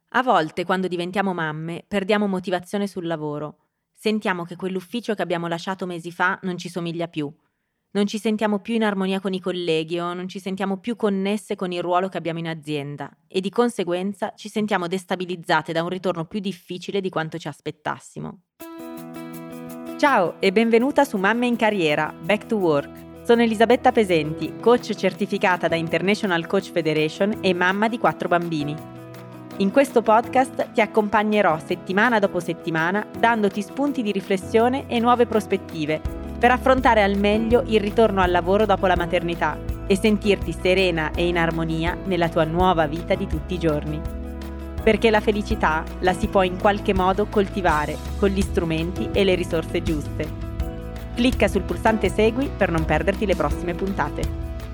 A volte, quando diventiamo mamme, perdiamo motivazione sul lavoro. Sentiamo che quell'ufficio che abbiamo lasciato mesi fa non ci somiglia più. Non ci sentiamo più in armonia con i colleghi o non ci sentiamo più connesse con il ruolo che abbiamo in azienda e di conseguenza ci sentiamo destabilizzate da un ritorno più difficile di quanto ci aspettassimo. Ciao e benvenuta su Mamme in Carriera, Back to Work. Sono Elisabetta Pesenti, coach certificata da International Coach Federation e mamma di 4 bambini. In questo podcast ti accompagnerò settimana dopo settimana dandoti spunti di riflessione e nuove prospettive per affrontare al meglio il ritorno al lavoro dopo la maternità e sentirti serena e in armonia nella tua nuova vita di tutti i giorni. Perché la felicità la si può in qualche modo coltivare con gli strumenti e le risorse giuste. Clicca sul pulsante Segui per non perderti le prossime puntate.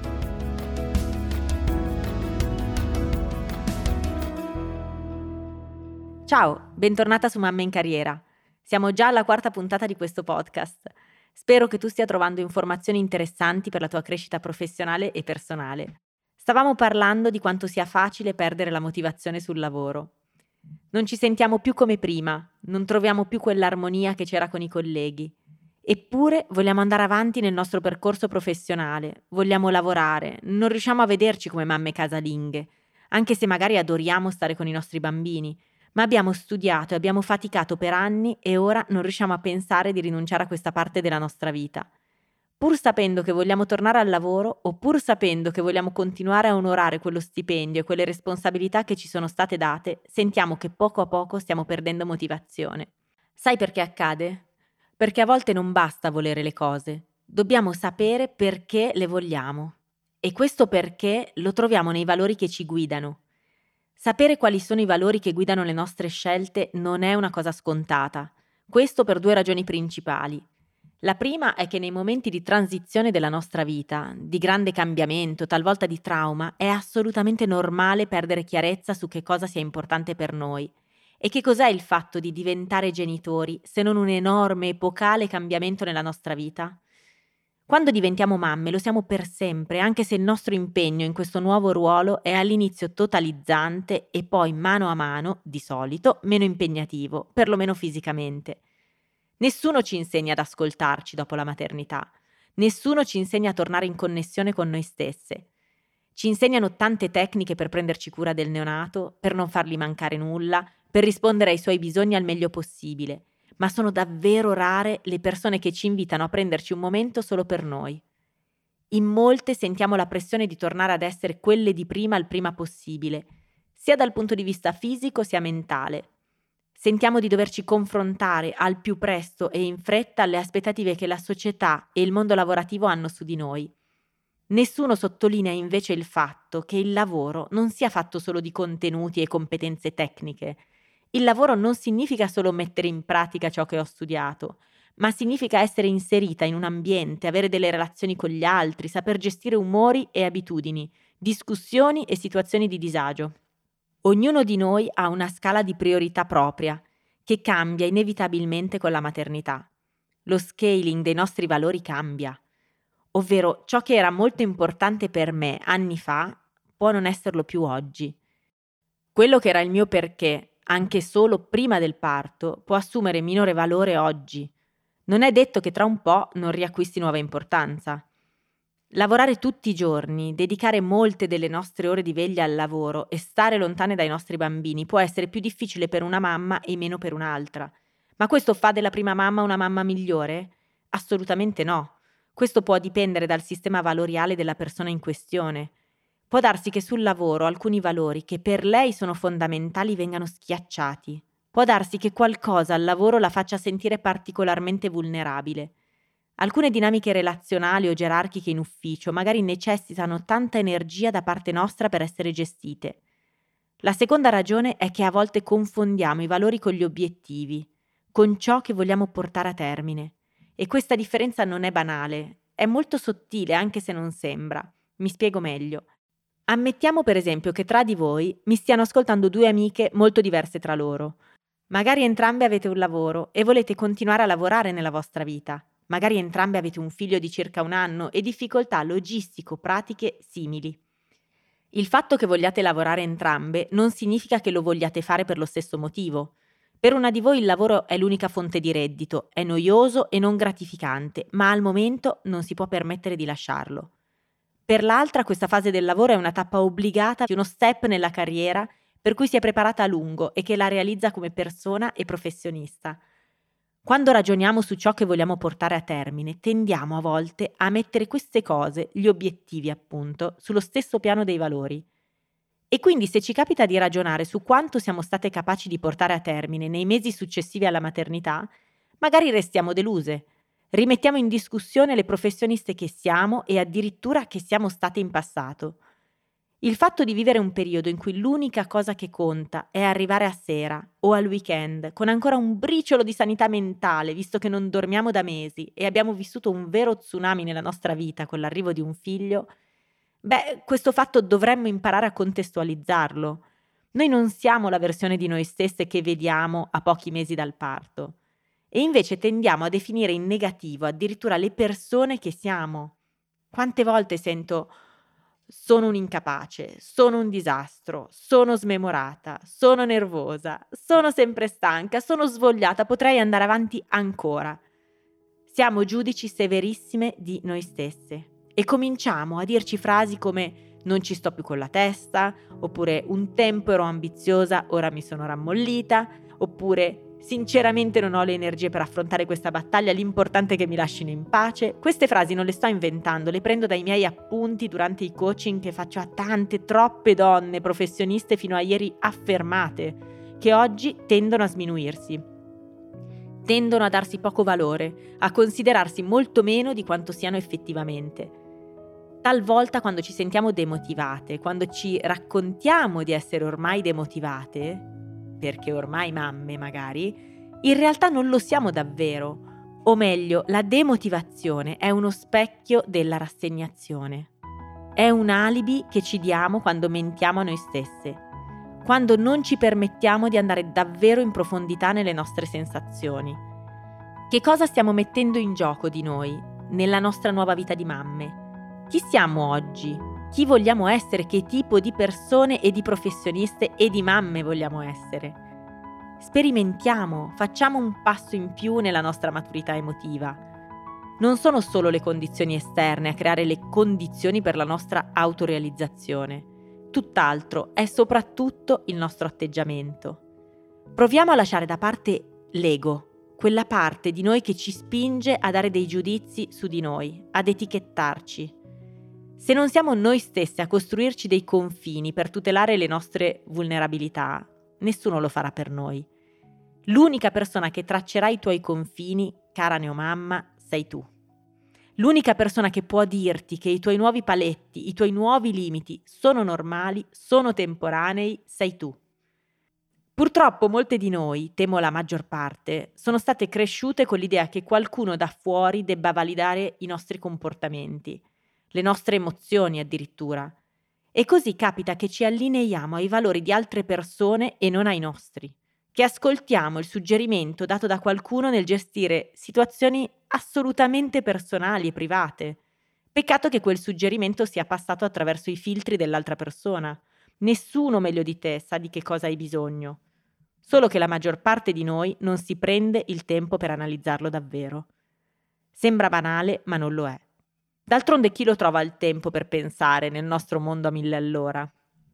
Ciao, bentornata su Mamme in Carriera. Siamo già alla 4ª puntata di questo podcast. Spero che tu stia trovando informazioni interessanti per la tua crescita professionale e personale. Stavamo parlando di quanto sia facile perdere la motivazione sul lavoro. Non ci sentiamo più come prima, non troviamo più quell'armonia che c'era con i colleghi. Eppure vogliamo andare avanti nel nostro percorso professionale, vogliamo lavorare, non riusciamo a vederci come mamme casalinghe, anche se magari adoriamo stare con i nostri bambini. Ma abbiamo studiato e abbiamo faticato per anni e ora non riusciamo a pensare di rinunciare a questa parte della nostra vita. Pur sapendo che vogliamo tornare al lavoro o pur sapendo che vogliamo continuare a onorare quello stipendio e quelle responsabilità che ci sono state date, sentiamo che poco a poco stiamo perdendo motivazione. Sai perché accade? Perché a volte non basta volere le cose, dobbiamo sapere perché le vogliamo. E questo perché lo troviamo nei valori che ci guidano. Sapere quali sono i valori che guidano le nostre scelte non è una cosa scontata. Questo per 2 ragioni principali. La prima è che nei momenti di transizione della nostra vita, di grande cambiamento, talvolta di trauma, è assolutamente normale perdere chiarezza su che cosa sia importante per noi. E che cos'è il fatto di diventare genitori se non un enorme, epocale cambiamento nella nostra vita? Quando diventiamo mamme lo siamo per sempre, anche se il nostro impegno in questo nuovo ruolo è all'inizio totalizzante e poi mano a mano, di solito, meno impegnativo, perlomeno fisicamente. Nessuno ci insegna ad ascoltarci dopo la maternità. Nessuno ci insegna a tornare in connessione con noi stesse. Ci insegnano tante tecniche per prenderci cura del neonato, per non fargli mancare nulla, per rispondere ai suoi bisogni al meglio possibile. Ma sono davvero rare le persone che ci invitano a prenderci un momento solo per noi. In molte sentiamo la pressione di tornare ad essere quelle di prima il prima possibile, sia dal punto di vista fisico sia mentale. Sentiamo di doverci confrontare al più presto e in fretta alle aspettative che la società e il mondo lavorativo hanno su di noi. Nessuno sottolinea invece il fatto che il lavoro non sia fatto solo di contenuti e competenze tecniche. Il lavoro non significa solo mettere in pratica ciò che ho studiato, ma significa essere inserita in un ambiente, avere delle relazioni con gli altri, saper gestire umori e abitudini, discussioni e situazioni di disagio. Ognuno di noi ha una scala di priorità propria, che cambia inevitabilmente con la maternità. Lo scaling dei nostri valori cambia, ovvero ciò che era molto importante per me anni fa può non esserlo più oggi. Quello che era il mio perché, anche solo prima del parto, può assumere minore valore oggi. Non è detto che tra un po' non riacquisti nuova importanza. Lavorare tutti i giorni, dedicare molte delle nostre ore di veglia al lavoro e stare lontane dai nostri bambini può essere più difficile per una mamma e meno per un'altra. Ma questo fa della prima mamma una mamma migliore? Assolutamente no. Questo può dipendere dal sistema valoriale della persona in questione. Può darsi che sul lavoro alcuni valori che per lei sono fondamentali vengano schiacciati. Può darsi che qualcosa al lavoro la faccia sentire particolarmente vulnerabile. Alcune dinamiche relazionali o gerarchiche in ufficio magari necessitano tanta energia da parte nostra per essere gestite. La seconda ragione è che a volte confondiamo i valori con gli obiettivi, con ciò che vogliamo portare a termine. E questa differenza non è banale, è molto sottile anche se non sembra. Mi spiego meglio. Ammettiamo per esempio che tra di voi mi stiano ascoltando 2 amiche molto diverse tra loro. Magari entrambe avete un lavoro e volete continuare a lavorare nella vostra vita. Magari entrambe avete un figlio di circa 1 anno e difficoltà logistico-pratiche simili. Il fatto che vogliate lavorare entrambe non significa che lo vogliate fare per lo stesso motivo. Per una di voi il lavoro è l'unica fonte di reddito, è noioso e non gratificante, ma al momento non si può permettere di lasciarlo. Per l'altra questa fase del lavoro è una tappa obbligata, uno step nella carriera per cui si è preparata a lungo e che la realizza come persona e professionista. Quando ragioniamo su ciò che vogliamo portare a termine, tendiamo a volte a mettere queste cose, gli obiettivi appunto, sullo stesso piano dei valori. E quindi se ci capita di ragionare su quanto siamo state capaci di portare a termine nei mesi successivi alla maternità, magari restiamo deluse, rimettiamo in discussione le professioniste che siamo e addirittura che siamo state in passato. Il fatto di vivere un periodo in cui l'unica cosa che conta è arrivare a sera o al weekend con ancora un briciolo di sanità mentale, visto che non dormiamo da mesi e abbiamo vissuto un vero tsunami nella nostra vita con l'arrivo di un figlio, questo fatto dovremmo imparare a contestualizzarlo. Noi non siamo la versione di noi stesse che vediamo a pochi mesi dal parto e invece tendiamo a definire in negativo addirittura le persone che siamo. Quante volte sento sono un incapace, sono un disastro, sono smemorata, sono nervosa, sono sempre stanca, sono svogliata, potrei andare avanti ancora. Siamo giudici severissime di noi stesse e cominciamo a dirci frasi come non ci sto più con la testa, oppure un tempo ero ambiziosa, ora mi sono rammollita, oppure sinceramente non ho le energie per affrontare questa battaglia, l'importante è che mi lascino in pace. Queste frasi non le sto inventando, le prendo dai miei appunti durante i coaching che faccio a tante, troppe donne professioniste fino a ieri affermate, che oggi tendono a sminuirsi. Tendono a darsi poco valore, a considerarsi molto meno di quanto siano effettivamente. Talvolta quando ci sentiamo demotivate, quando ci raccontiamo di essere ormai demotivate, perché ormai mamme magari, in realtà non lo siamo davvero. O meglio, la demotivazione è uno specchio della rassegnazione. È un alibi che ci diamo quando mentiamo a noi stesse, quando non ci permettiamo di andare davvero in profondità nelle nostre sensazioni. Che cosa stiamo mettendo in gioco di noi, nella nostra nuova vita di mamme? Chi siamo oggi? Chi vogliamo essere? Che tipo di persone e di professioniste e di mamme vogliamo essere? Sperimentiamo, facciamo un passo in più nella nostra maturità emotiva. Non sono solo le condizioni esterne a creare le condizioni per la nostra autorealizzazione. Tutt'altro, è soprattutto il nostro atteggiamento. Proviamo a lasciare da parte l'ego, quella parte di noi che ci spinge a dare dei giudizi su di noi, ad etichettarci. Se non siamo noi stessi a costruirci dei confini per tutelare le nostre vulnerabilità, nessuno lo farà per noi. L'unica persona che traccerà i tuoi confini, cara neomamma, sei tu. L'unica persona che può dirti che i tuoi nuovi paletti, i tuoi nuovi limiti sono normali, sono temporanei, sei tu. Purtroppo molte di noi, temo la maggior parte, sono state cresciute con l'idea che qualcuno da fuori debba validare i nostri comportamenti, le nostre emozioni addirittura. E così capita che ci allineiamo ai valori di altre persone e non ai nostri, che ascoltiamo il suggerimento dato da qualcuno nel gestire situazioni assolutamente personali e private. Peccato che quel suggerimento sia passato attraverso i filtri dell'altra persona. Nessuno meglio di te sa di che cosa hai bisogno. Solo che la maggior parte di noi non si prende il tempo per analizzarlo davvero. Sembra banale, ma non lo è. D'altronde chi lo trova il tempo per pensare nel nostro mondo a 1000 all'ora?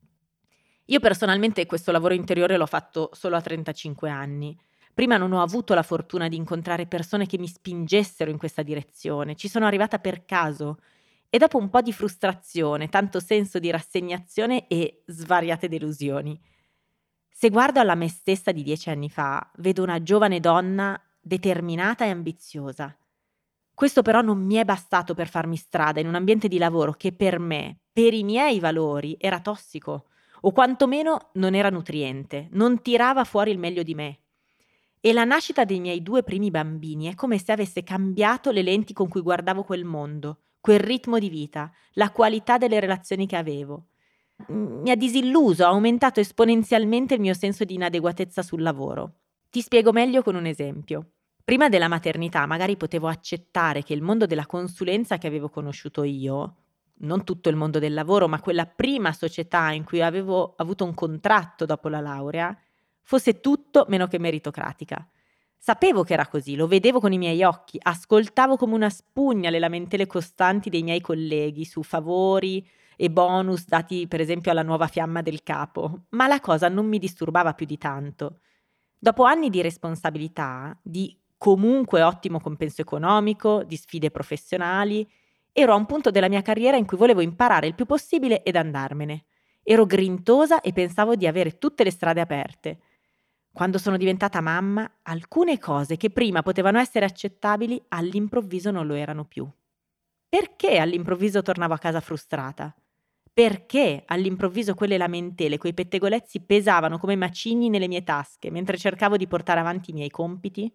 Io personalmente questo lavoro interiore l'ho fatto solo a 35 anni. Prima non ho avuto la fortuna di incontrare persone che mi spingessero in questa direzione. Ci sono arrivata per caso e dopo un po' di frustrazione, tanto senso di rassegnazione e svariate delusioni. Se guardo alla me stessa di 10 anni fa, vedo una giovane donna determinata e ambiziosa. Questo però non mi è bastato per farmi strada in un ambiente di lavoro che per me, per i miei valori, era tossico, o quantomeno non era nutriente, non tirava fuori il meglio di me. E la nascita dei miei 2 primi bambini è come se avesse cambiato le lenti con cui guardavo quel mondo, quel ritmo di vita, la qualità delle relazioni che avevo. Mi ha disilluso, ha aumentato esponenzialmente il mio senso di inadeguatezza sul lavoro. Ti spiego meglio con un esempio. Prima della maternità magari potevo accettare che il mondo della consulenza che avevo conosciuto io, non tutto il mondo del lavoro, ma quella prima società in cui avevo avuto un contratto dopo la laurea, fosse tutto meno che meritocratica. Sapevo che era così, lo vedevo con i miei occhi, ascoltavo come una spugna le lamentele costanti dei miei colleghi su favori e bonus dati per esempio alla nuova fiamma del capo, ma la cosa non mi disturbava più di tanto. Dopo anni di responsabilità, di comunque ottimo compenso economico, di sfide professionali, ero a un punto della mia carriera in cui volevo imparare il più possibile ed andarmene. Ero grintosa e pensavo di avere tutte le strade aperte. Quando sono diventata mamma, alcune cose che prima potevano essere accettabili all'improvviso non lo erano più. Perché all'improvviso tornavo a casa frustrata? Perché all'improvviso quelle lamentele, quei pettegolezzi pesavano come macigni nelle mie tasche mentre cercavo di portare avanti i miei compiti?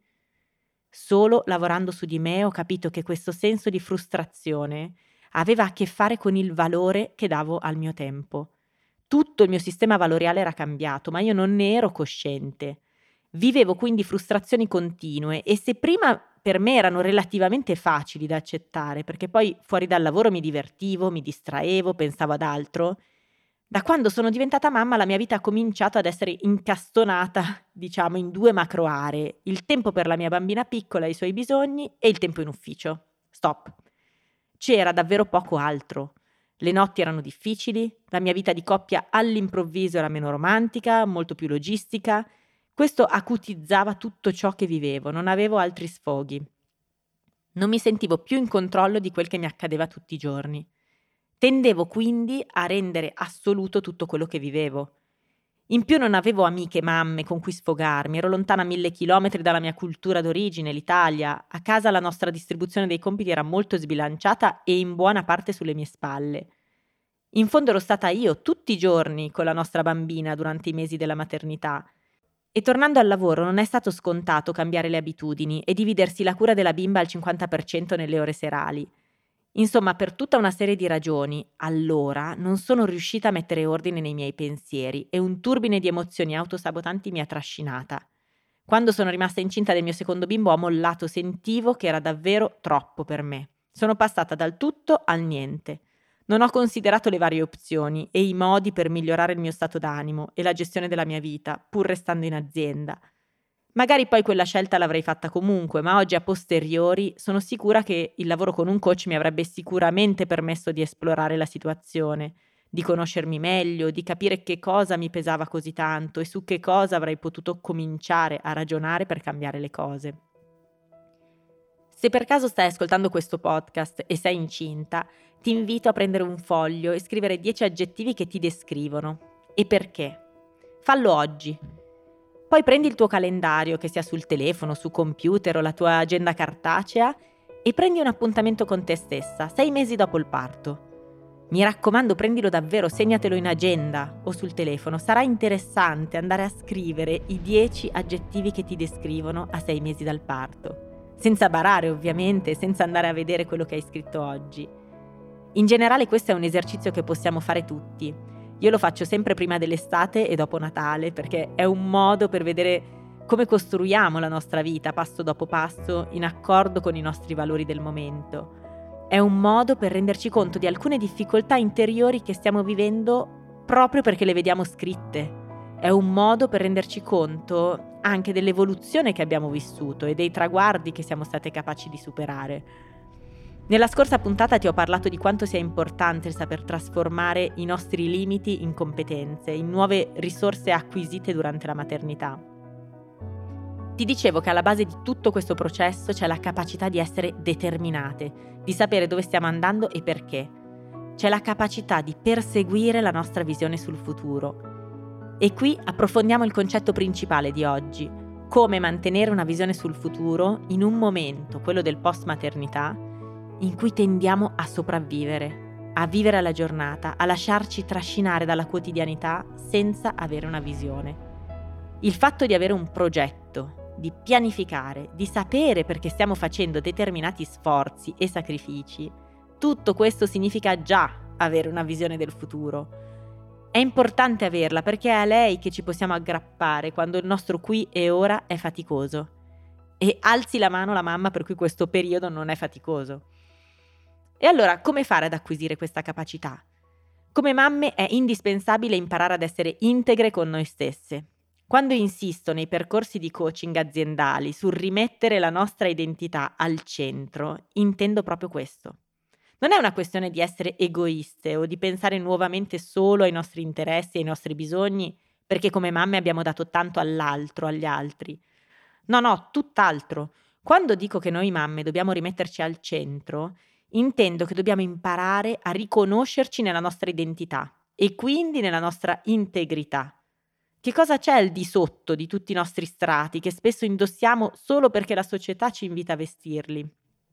Solo lavorando su di me ho capito che questo senso di frustrazione aveva a che fare con il valore che davo al mio tempo. Tutto il mio sistema valoriale era cambiato, ma io non ne ero cosciente. Vivevo quindi frustrazioni continue e se prima per me erano relativamente facili da accettare, perché poi fuori dal lavoro mi divertivo, mi distraevo, pensavo ad altro, da quando sono diventata mamma la mia vita ha cominciato ad essere incastonata, diciamo, in due macro aree: il tempo per la mia bambina piccola e i suoi bisogni e il tempo in ufficio. Stop. C'era davvero poco altro. Le notti erano difficili, la mia vita di coppia all'improvviso era meno romantica, molto più logistica. Questo acutizzava tutto ciò che vivevo, non avevo altri sfoghi. Non mi sentivo più in controllo di quel che mi accadeva tutti i giorni. Tendevo quindi a rendere assoluto tutto quello che vivevo. In più non avevo amiche mamme con cui sfogarmi, ero lontana 1000 chilometri dalla mia cultura d'origine, l'Italia. A casa la nostra distribuzione dei compiti era molto sbilanciata e in buona parte sulle mie spalle. In fondo ero stata io tutti i giorni con la nostra bambina durante i mesi della maternità. E tornando al lavoro non è stato scontato cambiare le abitudini e dividersi la cura della bimba al 50% nelle ore serali. Insomma, per tutta una serie di ragioni, allora non sono riuscita a mettere ordine nei miei pensieri e un turbine di emozioni autosabotanti mi ha trascinata. Quando sono rimasta incinta del mio secondo bimbo ho mollato, sentivo che era davvero troppo per me. Sono passata dal tutto al niente. Non ho considerato le varie opzioni e i modi per migliorare il mio stato d'animo e la gestione della mia vita, pur restando in azienda. Magari poi quella scelta l'avrei fatta comunque, ma oggi a posteriori sono sicura che il lavoro con un coach mi avrebbe sicuramente permesso di esplorare la situazione, di conoscermi meglio, di capire che cosa mi pesava così tanto e su che cosa avrei potuto cominciare a ragionare per cambiare le cose. Se per caso stai ascoltando questo podcast e sei incinta, ti invito a prendere un foglio e scrivere 10 aggettivi che ti descrivono. E perché? Fallo oggi. Poi prendi il tuo calendario, che sia sul telefono, su computer o la tua agenda cartacea, e prendi un appuntamento con te stessa, 6 mesi dopo il parto. Mi raccomando, prendilo davvero, segnatelo in agenda o sul telefono. Sarà interessante andare a scrivere i 10 aggettivi che ti descrivono a 6 mesi dal parto. Senza barare, ovviamente, senza andare a vedere quello che hai scritto oggi. In generale questo è un esercizio che possiamo fare tutti. Io lo faccio sempre prima dell'estate e dopo Natale perché è un modo per vedere come costruiamo la nostra vita passo dopo passo in accordo con i nostri valori del momento. È un modo per renderci conto di alcune difficoltà interiori che stiamo vivendo proprio perché le vediamo scritte. È un modo per renderci conto anche dell'evoluzione che abbiamo vissuto e dei traguardi che siamo state capaci di superare. Nella scorsa puntata ti ho parlato di quanto sia importante il saper trasformare i nostri limiti in competenze, in nuove risorse acquisite durante la maternità. Ti dicevo che alla base di tutto questo processo c'è la capacità di essere determinate, di sapere dove stiamo andando e perché. C'è la capacità di perseguire la nostra visione sul futuro. E qui approfondiamo il concetto principale di oggi: come mantenere una visione sul futuro in un momento, quello del post-maternità, in cui tendiamo a sopravvivere, a vivere alla giornata, a lasciarci trascinare dalla quotidianità senza avere una visione. Il fatto di avere un progetto, di pianificare, di sapere perché stiamo facendo determinati sforzi e sacrifici, tutto questo significa già avere una visione del futuro. È importante averla perché è a lei che ci possiamo aggrappare quando il nostro qui e ora è faticoso. E alzi la mano la mamma per cui questo periodo non è faticoso. E allora, come fare ad acquisire questa capacità? Come mamme è indispensabile imparare ad essere integre con noi stesse. Quando insisto nei percorsi di coaching aziendali sul rimettere la nostra identità al centro, intendo proprio questo. Non è una questione di essere egoiste o di pensare nuovamente solo ai nostri interessi e ai nostri bisogni, perché come mamme abbiamo dato tanto all'altro, agli altri. No, tutt'altro. Quando dico che noi mamme dobbiamo rimetterci al centro, intendo che dobbiamo imparare a riconoscerci nella nostra identità e quindi nella nostra integrità. Che cosa c'è al di sotto di tutti i nostri strati che spesso indossiamo solo perché la società ci invita a vestirli?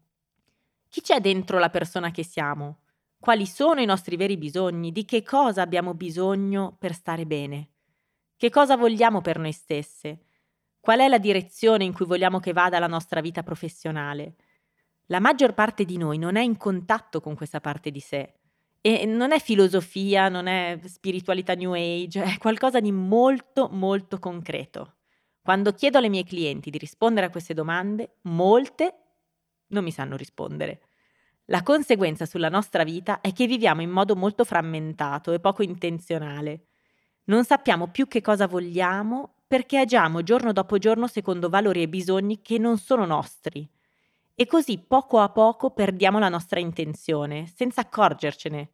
Chi c'è dentro la persona che siamo? Quali sono i nostri veri bisogni? Di che cosa abbiamo bisogno per stare bene? Che cosa vogliamo per noi stesse? Qual è la direzione in cui vogliamo che vada la nostra vita professionale? La maggior parte di noi non è in contatto con questa parte di sé. E non è filosofia, non è spiritualità New Age, è qualcosa di molto, molto concreto. Quando chiedo alle mie clienti di rispondere a queste domande, molte non mi sanno rispondere. La conseguenza sulla nostra vita è che viviamo in modo molto frammentato e poco intenzionale. Non sappiamo più che cosa vogliamo perché agiamo giorno dopo giorno secondo valori e bisogni che non sono nostri. E così poco a poco perdiamo la nostra intenzione, senza accorgercene.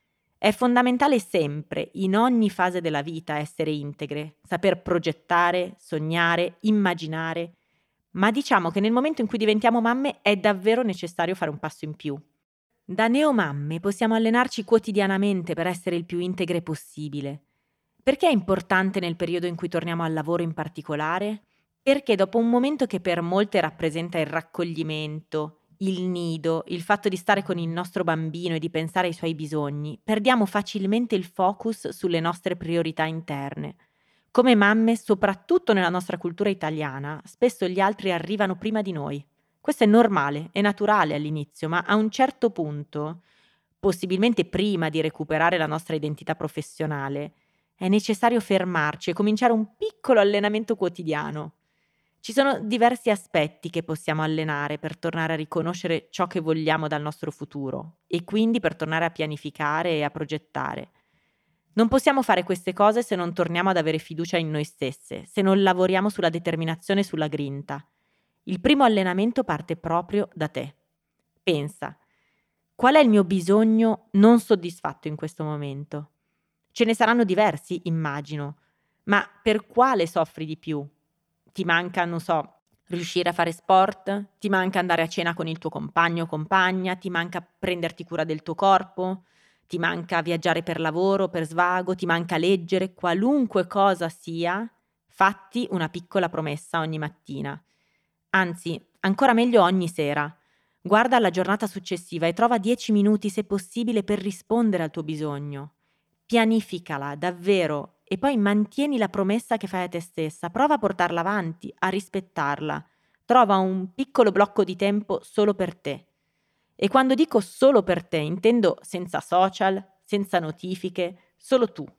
È fondamentale sempre, in ogni fase della vita, essere integre, saper progettare, sognare, immaginare, ma diciamo che nel momento in cui diventiamo mamme è davvero necessario fare un passo in più. Da neomamme possiamo allenarci quotidianamente per essere il più integre possibile. Perché è importante nel periodo in cui torniamo al lavoro in particolare? Perché dopo un momento che per molte rappresenta il raccoglimento, il nido, il fatto di stare con il nostro bambino e di pensare ai suoi bisogni, perdiamo facilmente il focus sulle nostre priorità interne. Come mamme, soprattutto nella nostra cultura italiana, spesso gli altri arrivano prima di noi. Questo è normale, è naturale all'inizio, ma a un certo punto, possibilmente prima di recuperare la nostra identità professionale, è necessario fermarci e cominciare un piccolo allenamento quotidiano. Ci sono diversi aspetti che possiamo allenare per tornare a riconoscere ciò che vogliamo dal nostro futuro e quindi per tornare a pianificare e a progettare. Non possiamo fare queste cose se non torniamo ad avere fiducia in noi stesse, se non lavoriamo sulla determinazione e sulla grinta. Il primo allenamento parte proprio da te. Pensa, qual è il mio bisogno non soddisfatto in questo momento? Ce ne saranno diversi, immagino, ma per quale soffri di più? Ti manca, non so, riuscire a fare sport? Ti manca andare a cena con il tuo compagno o compagna? Ti manca prenderti cura del tuo corpo? Ti manca viaggiare per lavoro, per svago? Ti manca leggere? Qualunque cosa sia, fatti una piccola promessa ogni mattina. Anzi, ancora meglio ogni sera. Guarda alla giornata successiva e trova 10 minuti, se possibile, per rispondere al tuo bisogno. Pianificala, davvero, e poi mantieni la promessa che fai a te stessa. Prova a portarla avanti, a rispettarla. Trova un piccolo blocco di tempo solo per te. E quando dico solo per te, intendo senza social, senza notifiche, solo tu.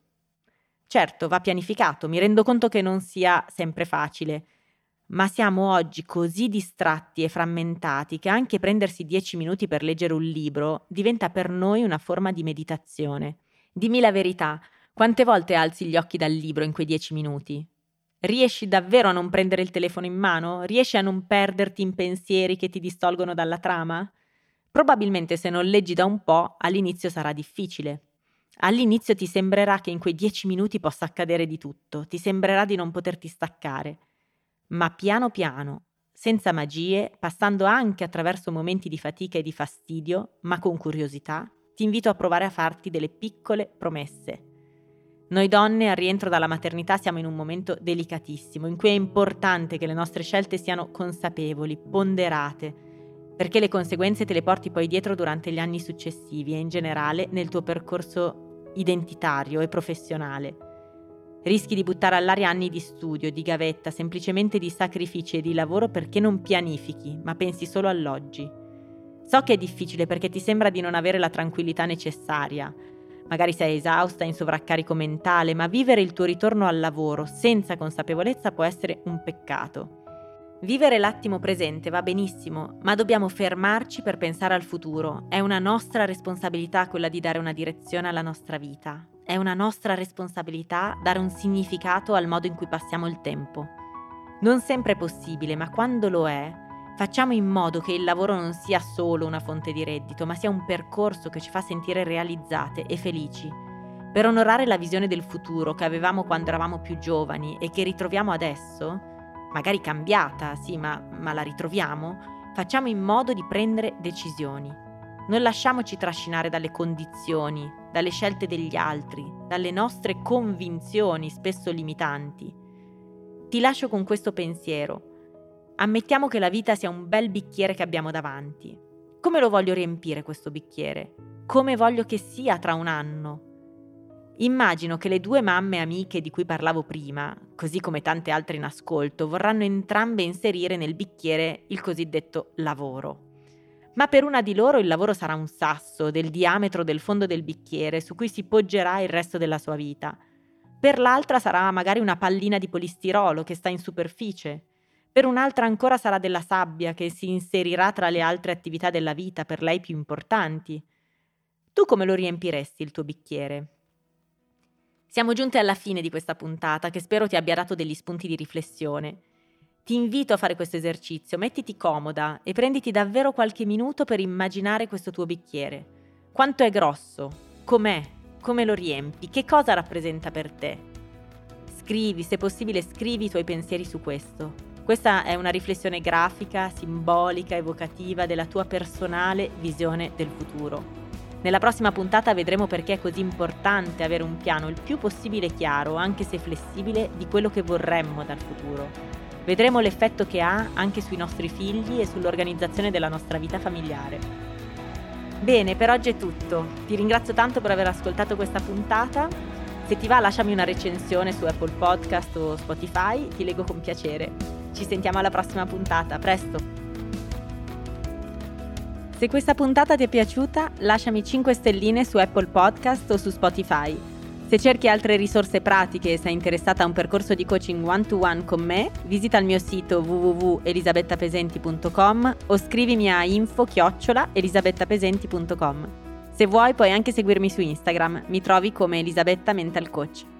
Certo, va pianificato, mi rendo conto che non sia sempre facile, ma siamo oggi così distratti e frammentati che anche prendersi 10 minuti per leggere un libro diventa per noi una forma di meditazione. Dimmi la verità, quante volte alzi gli occhi dal libro in quei 10 minuti? Riesci davvero a non prendere il telefono in mano? Riesci a non perderti in pensieri che ti distolgono dalla trama? Probabilmente se non leggi da un po', all'inizio sarà difficile. All'inizio ti sembrerà che in quei 10 minuti possa accadere di tutto, ti sembrerà di non poterti staccare. Ma piano piano, senza magie, passando anche attraverso momenti di fatica e di fastidio, ma con curiosità, ti invito a provare a farti delle piccole promesse. Noi donne al rientro dalla maternità siamo in un momento delicatissimo, in cui è importante che le nostre scelte siano consapevoli, ponderate, perché le conseguenze te le porti poi dietro durante gli anni successivi e in generale nel tuo percorso identitario e professionale. Rischi di buttare all'aria anni di studio, di gavetta, semplicemente di sacrifici e di lavoro perché non pianifichi, ma pensi solo all'oggi. So che è difficile perché ti sembra di non avere la tranquillità necessaria. Magari sei esausta, in sovraccarico mentale, ma vivere il tuo ritorno al lavoro senza consapevolezza può essere un peccato. Vivere l'attimo presente va benissimo, ma dobbiamo fermarci per pensare al futuro. È una nostra responsabilità quella di dare una direzione alla nostra vita. È una nostra responsabilità dare un significato al modo in cui passiamo il tempo. Non sempre è possibile, ma quando lo è, facciamo in modo che il lavoro non sia solo una fonte di reddito, ma sia un percorso che ci fa sentire realizzate e felici. Per onorare la visione del futuro che avevamo quando eravamo più giovani e che ritroviamo adesso, magari cambiata, sì, ma la ritroviamo, facciamo in modo di prendere decisioni. Non lasciamoci trascinare dalle condizioni, dalle scelte degli altri, dalle nostre convinzioni spesso limitanti. Ti lascio con questo pensiero. Ammettiamo che la vita sia un bel bicchiere che abbiamo davanti. Come lo voglio riempire questo bicchiere? Come voglio che sia tra un anno? Immagino che le 2 mamme amiche di cui parlavo prima, così come tante altre in ascolto, vorranno entrambe inserire nel bicchiere il cosiddetto lavoro. Ma per una di loro il lavoro sarà un sasso del diametro del fondo del bicchiere su cui si poggerà il resto della sua vita. Per l'altra sarà magari una pallina di polistirolo che sta in superficie. Per un'altra ancora sarà della sabbia che si inserirà tra le altre attività della vita, per lei più importanti. Tu come lo riempiresti il tuo bicchiere? Siamo giunte alla fine di questa puntata che spero ti abbia dato degli spunti di riflessione. Ti invito a fare questo esercizio, mettiti comoda e prenditi davvero qualche minuto per immaginare questo tuo bicchiere. Quanto è grosso? Com'è? Come lo riempi? Che cosa rappresenta per te? Scrivi, se possibile scrivi i tuoi pensieri su questo. Questa è una riflessione grafica, simbolica, evocativa della tua personale visione del futuro. Nella prossima puntata vedremo perché è così importante avere un piano il più possibile chiaro, anche se flessibile, di quello che vorremmo dal futuro. Vedremo l'effetto che ha anche sui nostri figli e sull'organizzazione della nostra vita familiare. Bene, per oggi è tutto. Ti ringrazio tanto per aver ascoltato questa puntata. Se ti va, lasciami una recensione su Apple Podcast o Spotify, ti leggo con piacere. Ci sentiamo alla prossima puntata, a presto! Se questa puntata ti è piaciuta, lasciami 5 stelline su Apple Podcast o su Spotify. Se cerchi altre risorse pratiche e sei interessata a un percorso di coaching one-to-one con me, visita il mio sito www.elisabettapesenti.com o scrivimi a info@elisabettapesenti.com. Se vuoi puoi anche seguirmi su Instagram, mi trovi come Elisabetta Mental Coach.